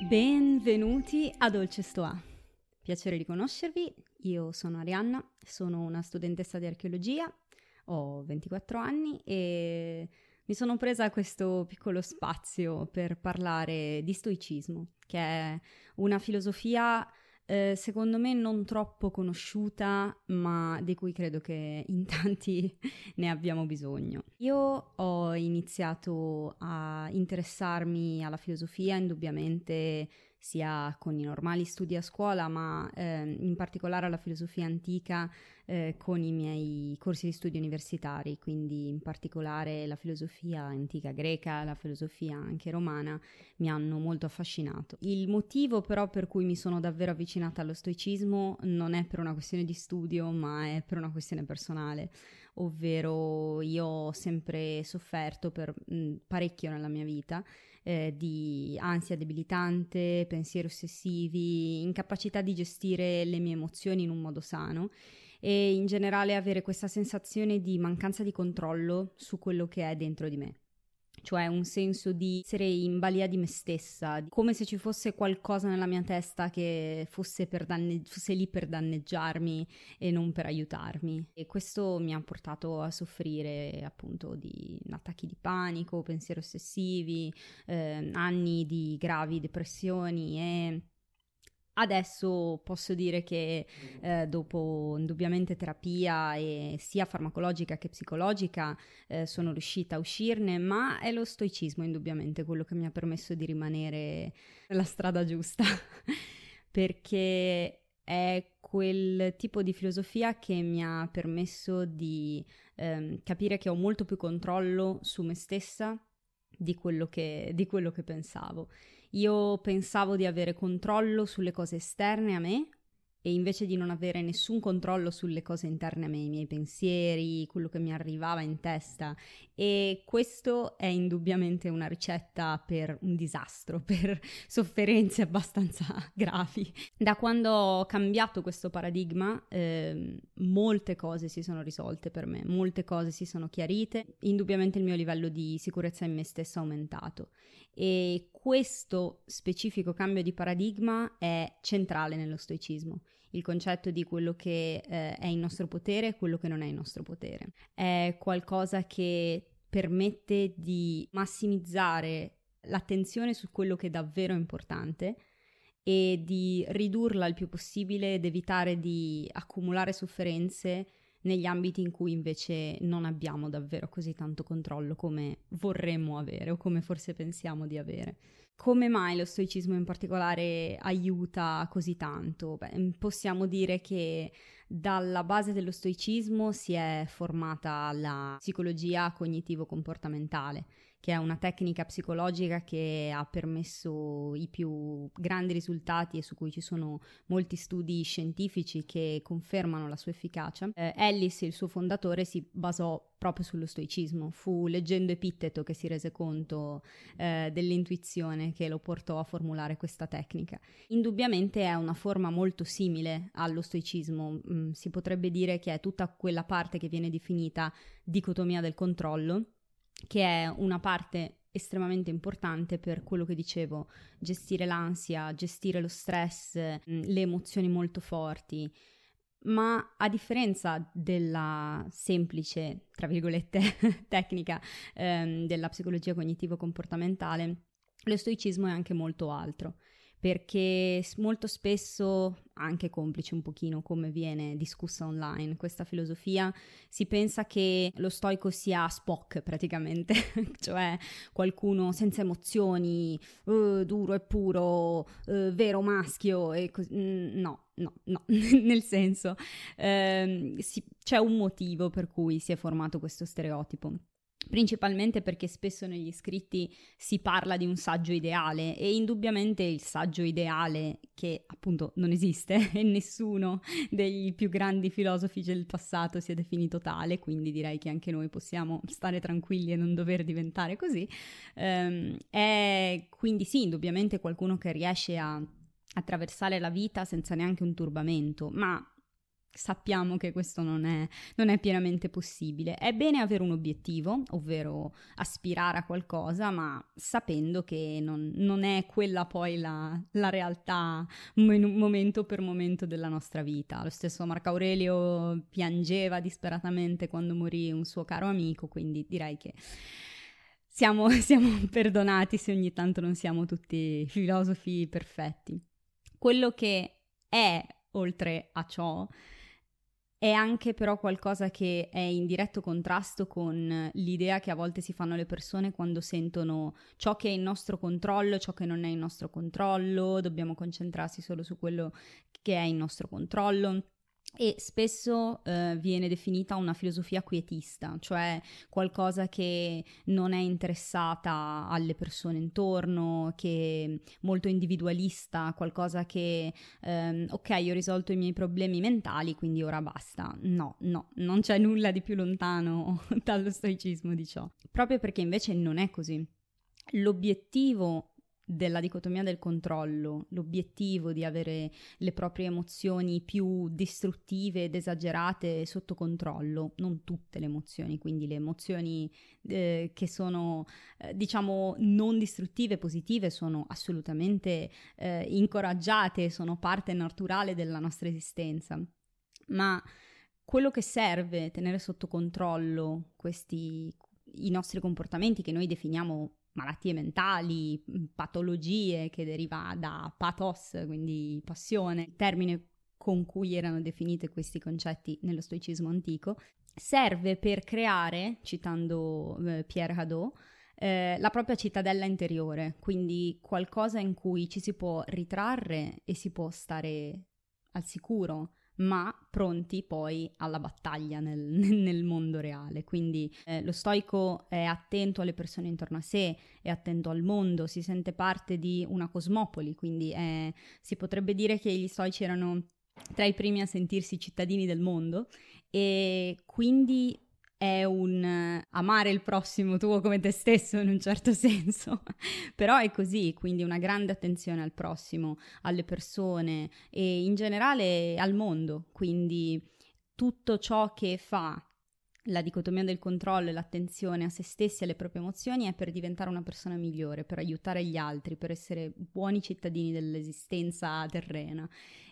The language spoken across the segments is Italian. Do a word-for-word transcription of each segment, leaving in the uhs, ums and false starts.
Benvenuti a Dolce Stoa. Piacere di conoscervi, io sono Arianna, sono una studentessa di archeologia, ho ventiquattro anni e mi sono presa questo piccolo spazio per parlare di stoicismo, che è una filosofia eh, secondo me non troppo conosciuta, ma di cui credo che in tanti ne abbiamo bisogno. Io ho iniziato a interessarmi alla filosofia indubbiamente sia con i normali studi a scuola, ma eh, in particolare alla filosofia antica eh, con i miei corsi di studi universitari, quindi in particolare la filosofia antica greca, la filosofia anche romana, mi hanno molto affascinato. Il motivo però per cui mi sono davvero avvicinata allo stoicismo non è per una questione di studio, ma è per una questione personale, ovvero io ho sempre sofferto per mh, parecchio nella mia vita Eh, di ansia debilitante, pensieri ossessivi, incapacità di gestire le mie emozioni in un modo sano e in generale avere questa sensazione di mancanza di controllo su quello che è dentro di me. Cioè un senso di essere in balia di me stessa, come se ci fosse qualcosa nella mia testa che fosse, per danne- fosse lì per danneggiarmi e non per aiutarmi. E questo mi ha portato a soffrire appunto di attacchi di panico, pensieri ossessivi, eh, anni di gravi depressioni e... Adesso posso dire che eh, dopo indubbiamente terapia e sia farmacologica che psicologica eh, sono riuscita a uscirne, ma è lo stoicismo indubbiamente quello che mi ha permesso di rimanere nella strada giusta, perché è quel tipo di filosofia che mi ha permesso di ehm, capire che ho molto più controllo su me stessa di quello che, di quello che pensavo. Io pensavo di avere controllo sulle cose esterne a me e invece di non avere nessun controllo sulle cose interne a me, i miei pensieri, quello che mi arrivava in testa, e questo è indubbiamente una ricetta per un disastro, per sofferenze abbastanza gravi. Da quando ho cambiato questo paradigma, eh, molte cose si sono risolte per me, molte cose si sono chiarite, indubbiamente il mio livello di sicurezza in me stessa è aumentato. E questo specifico cambio di paradigma è centrale nello stoicismo, il concetto di quello che eh, è in nostro potere e quello che non è in nostro potere. È qualcosa che permette di massimizzare l'attenzione su quello che è davvero importante e di ridurla il più possibile ed evitare di accumulare sofferenze negli ambiti in cui invece non abbiamo davvero così tanto controllo come vorremmo avere o come forse pensiamo di avere. Come mai lo stoicismo in particolare aiuta così tanto? Beh, possiamo dire che dalla base dello stoicismo si è formata la psicologia cognitivo-comportamentale, che è una tecnica psicologica che ha permesso i più grandi risultati e su cui ci sono molti studi scientifici che confermano la sua efficacia. Eh, Ellis, il suo fondatore, si basò proprio sullo stoicismo. Fu leggendo Epitteto che si rese conto eh, dell'intuizione che lo portò a formulare questa tecnica. Indubbiamente è una forma molto simile allo stoicismo. Mm, si potrebbe dire che è tutta quella parte che viene definita dicotomia del controllo, che è una parte estremamente importante per quello che dicevo, gestire l'ansia, gestire lo stress, le emozioni molto forti, ma a differenza della semplice, tra virgolette, tecnica ehm, della psicologia cognitivo-comportamentale, lo stoicismo è anche molto altro, perché molto spesso, anche complice un pochino come viene discussa online questa filosofia, si pensa che lo stoico sia Spock praticamente, cioè qualcuno senza emozioni, uh, duro e puro, uh, vero maschio, e cos- mm, no, no, no, nel senso ehm, si, c'è un motivo per cui si è formato questo stereotipo. Principalmente perché spesso negli scritti si parla di un saggio ideale e indubbiamente il saggio ideale, che appunto non esiste e nessuno dei più grandi filosofi del passato si è definito tale, quindi direi che anche noi possiamo stare tranquilli e non dover diventare così, ehm, è quindi sì, indubbiamente qualcuno che riesce a attraversare la vita senza neanche un turbamento, ma sappiamo che questo non è, non è pienamente possibile. È bene avere un obiettivo, ovvero aspirare a qualcosa, ma sapendo che non, non è quella poi la, la realtà momento per momento della nostra vita. Lo stesso Marco Aurelio piangeva disperatamente quando morì un suo caro amico, quindi direi che siamo, siamo perdonati se ogni tanto non siamo tutti filosofi perfetti. Quello che è, oltre a ciò, è anche però qualcosa che è in diretto contrasto con l'idea che a volte si fanno le persone quando sentono ciò che è in nostro controllo, ciò che non è in nostro controllo, dobbiamo concentrarsi solo su quello che è in nostro controllo. E spesso eh, viene definita una filosofia quietista, cioè qualcosa che non è interessata alle persone intorno, che è molto individualista, qualcosa che ehm, ok, io ho risolto i miei problemi mentali, quindi ora basta. No, no, non c'è nulla di più lontano dallo stoicismo di ciò, proprio perché invece non è così. L'obiettivo della dicotomia del controllo, l'obiettivo di avere le proprie emozioni più distruttive ed esagerate sotto controllo, non tutte le emozioni, quindi le emozioni eh, che sono eh, diciamo non distruttive, positive, sono assolutamente eh, incoraggiate, sono parte naturale della nostra esistenza, ma quello che serve tenere sotto controllo questi i nostri comportamenti che noi definiamo malattie mentali, patologie, che deriva da pathos, quindi passione, termine con cui erano definite questi concetti nello stoicismo antico, serve per creare, citando eh, Pierre Hadot, eh, la propria cittadella interiore, quindi qualcosa in cui ci si può ritrarre e si può stare al sicuro, ma pronti poi alla battaglia nel, nel mondo reale. Quindi eh, lo stoico è attento alle persone intorno a sé, è attento al mondo, si sente parte di una cosmopoli, quindi è, si potrebbe dire che gli stoici erano tra i primi a sentirsi cittadini del mondo, e quindi è un amare il prossimo tuo come te stesso in un certo senso, però è così, quindi una grande attenzione al prossimo, alle persone e in generale al mondo, quindi tutto ciò che fa la dicotomia del controllo e l'attenzione a se stessi e alle proprie emozioni è per diventare una persona migliore, per aiutare gli altri, per essere buoni cittadini dell'esistenza terrena,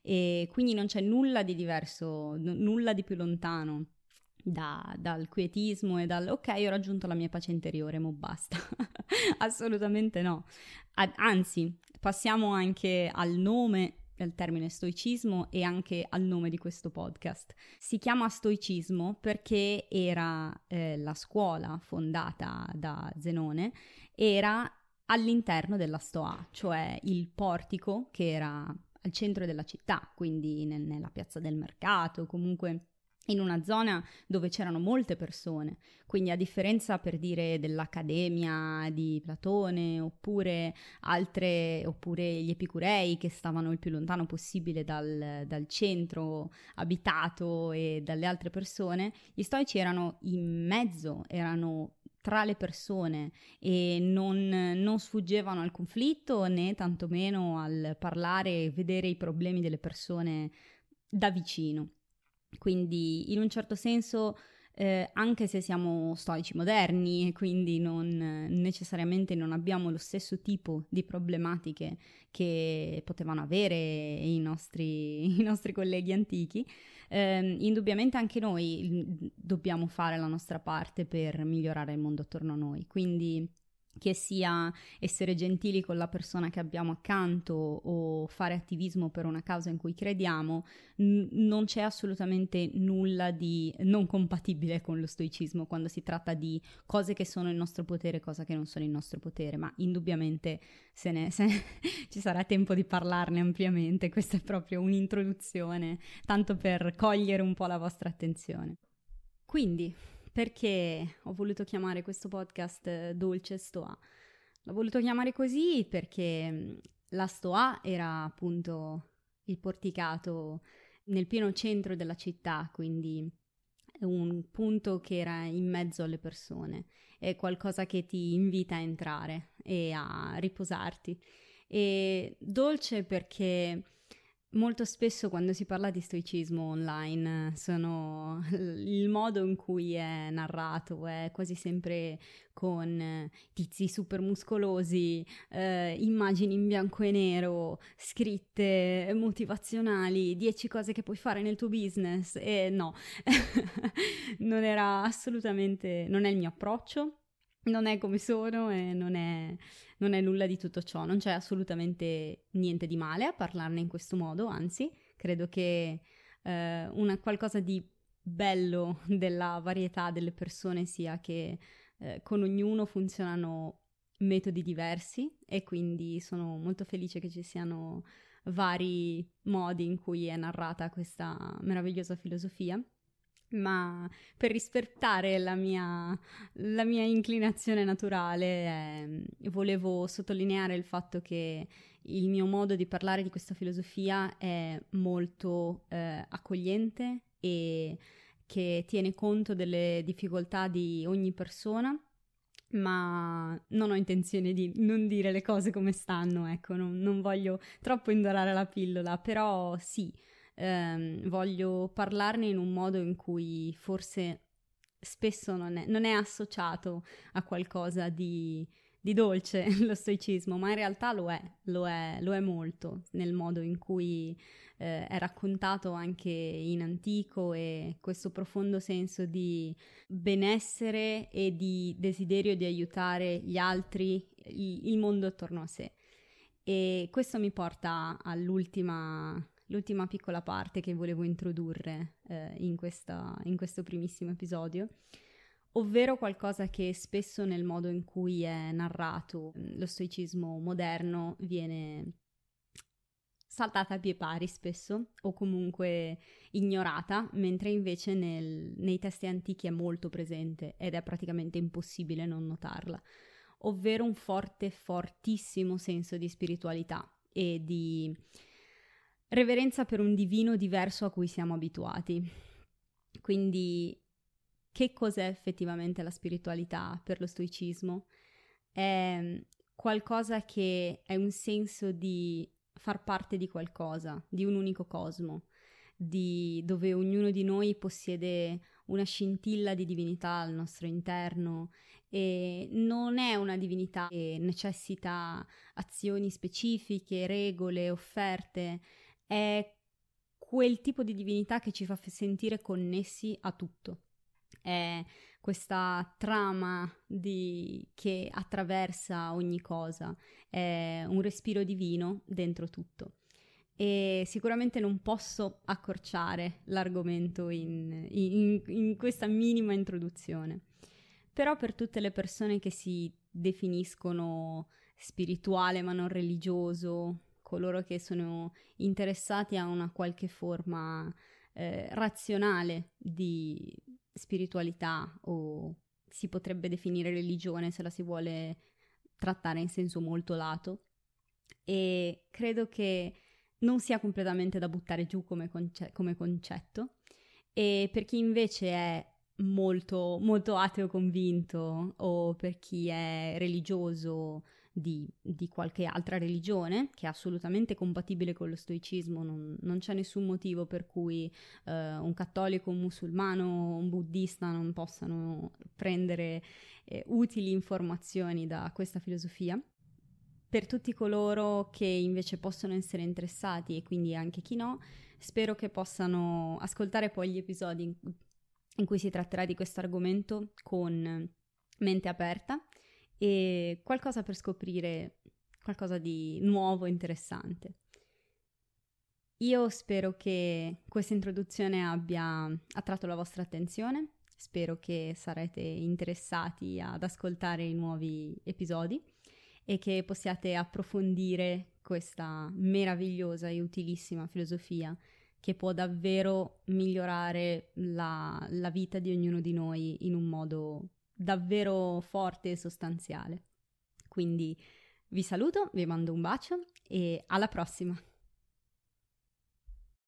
e quindi non c'è nulla di diverso, n- nulla di più lontano Da, dal quietismo e dal ok, ho raggiunto la mia pace interiore, mo basta. Assolutamente no. Ad, anzi, passiamo anche al nome del termine stoicismo e anche al nome di questo podcast. Si chiama stoicismo perché era eh, la scuola fondata da Zenone, era all'interno della Stoa, cioè il portico che era al centro della città, quindi nel, nella piazza del mercato, comunque in una zona dove c'erano molte persone, quindi a differenza, per dire, dell'Accademia di Platone oppure altre, oppure gli Epicurei che stavano il più lontano possibile dal, dal centro abitato e dalle altre persone, gli stoici erano in mezzo, erano tra le persone e non, non sfuggivano al conflitto né tantomeno al parlare e vedere i problemi delle persone da vicino. Quindi in un certo senso, eh, anche se siamo stoici moderni e quindi non necessariamente non abbiamo lo stesso tipo di problematiche che potevano avere i nostri, i nostri colleghi antichi, eh, indubbiamente anche noi dobbiamo fare la nostra parte per migliorare il mondo attorno a noi. Quindi che sia essere gentili con la persona che abbiamo accanto o fare attivismo per una causa in cui crediamo, n- non c'è assolutamente nulla di non compatibile con lo stoicismo quando si tratta di cose che sono in nostro potere e cose che non sono in nostro potere, ma indubbiamente se ne, se ne ci sarà tempo di parlarne ampiamente. Questa è proprio un'introduzione, tanto per cogliere un po' la vostra attenzione. Quindi, perché ho voluto chiamare questo podcast Dolce Stoa? L'ho voluto chiamare così perché la Stoa era appunto il porticato nel pieno centro della città, quindi un punto che era in mezzo alle persone, è qualcosa che ti invita a entrare e a riposarti. E dolce perché molto spesso quando si parla di stoicismo online sono il modo in cui è narrato è quasi sempre con tizi super muscolosi, eh, immagini in bianco e nero, scritte motivazionali, dieci cose che puoi fare nel tuo business, e no, non era assolutamente, non è il mio approccio, non è come sono e non è... Non è nulla di tutto ciò, non c'è assolutamente niente di male a parlarne in questo modo, anzi, credo che eh, una qualcosa di bello della varietà delle persone sia che eh, con ognuno funzionano metodi diversi e quindi sono molto felice che ci siano vari modi in cui è narrata questa meravigliosa filosofia. Ma per rispettare la mia, la mia inclinazione naturale, eh, volevo sottolineare il fatto che il mio modo di parlare di questa filosofia è molto eh, accogliente e che tiene conto delle difficoltà di ogni persona, ma non ho intenzione di non dire le cose come stanno, ecco, non, non voglio troppo indorare la pillola, però sì. Um, voglio parlarne in un modo in cui forse spesso non è, non è associato a qualcosa di, di dolce lo stoicismo, ma in realtà lo è, lo è, lo è molto nel modo in cui eh, è raccontato anche in antico, e questo profondo senso di benessere e di desiderio di aiutare gli altri, il, il mondo attorno a sé. E questo mi porta all'ultima l'ultima piccola parte che volevo introdurre eh, in, questa, in questo primissimo episodio, ovvero qualcosa che spesso nel modo in cui è narrato lo stoicismo moderno viene saltata a pie pari spesso o comunque ignorata, mentre invece nel, nei testi antichi è molto presente ed è praticamente impossibile non notarla, ovvero un forte, fortissimo senso di spiritualità e di reverenza per un divino diverso a cui siamo abituati. Quindi, che cos'è effettivamente la spiritualità per lo stoicismo? È qualcosa che è un senso di far parte di qualcosa, di un unico cosmo, di dove ognuno di noi possiede una scintilla di divinità al nostro interno, e non è una divinità che necessita azioni specifiche, regole, offerte. È quel tipo di divinità che ci fa sentire connessi a tutto. È questa trama di... che attraversa ogni cosa, è un respiro divino dentro tutto. E sicuramente non posso accorciare l'argomento in, in, in questa minima introduzione. Però per tutte le persone che si definiscono spirituale ma non religioso, coloro che sono interessati a una qualche forma eh, razionale di spiritualità, o si potrebbe definire religione se la si vuole trattare in senso molto lato, e credo che non sia completamente da buttare giù come, conce- come concetto. E per chi invece è molto, molto ateo convinto, o per chi è religioso di, di qualche altra religione, che è assolutamente compatibile con lo stoicismo, non, non c'è nessun motivo per cui eh, un cattolico, un musulmano, un buddista non possano prendere eh, utili informazioni da questa filosofia. Per tutti coloro che invece possono essere interessati, e quindi anche chi no, spero che possano ascoltare poi gli episodi in, in cui si tratterà di questo argomento con mente aperta e qualcosa per scoprire, qualcosa di nuovo e interessante. Io spero che questa introduzione abbia attratto la vostra attenzione, spero che sarete interessati ad ascoltare i nuovi episodi e che possiate approfondire questa meravigliosa e utilissima filosofia che può davvero migliorare la, la vita di ognuno di noi in un modo davvero forte e sostanziale. Quindi vi saluto, vi mando un bacio e alla prossima!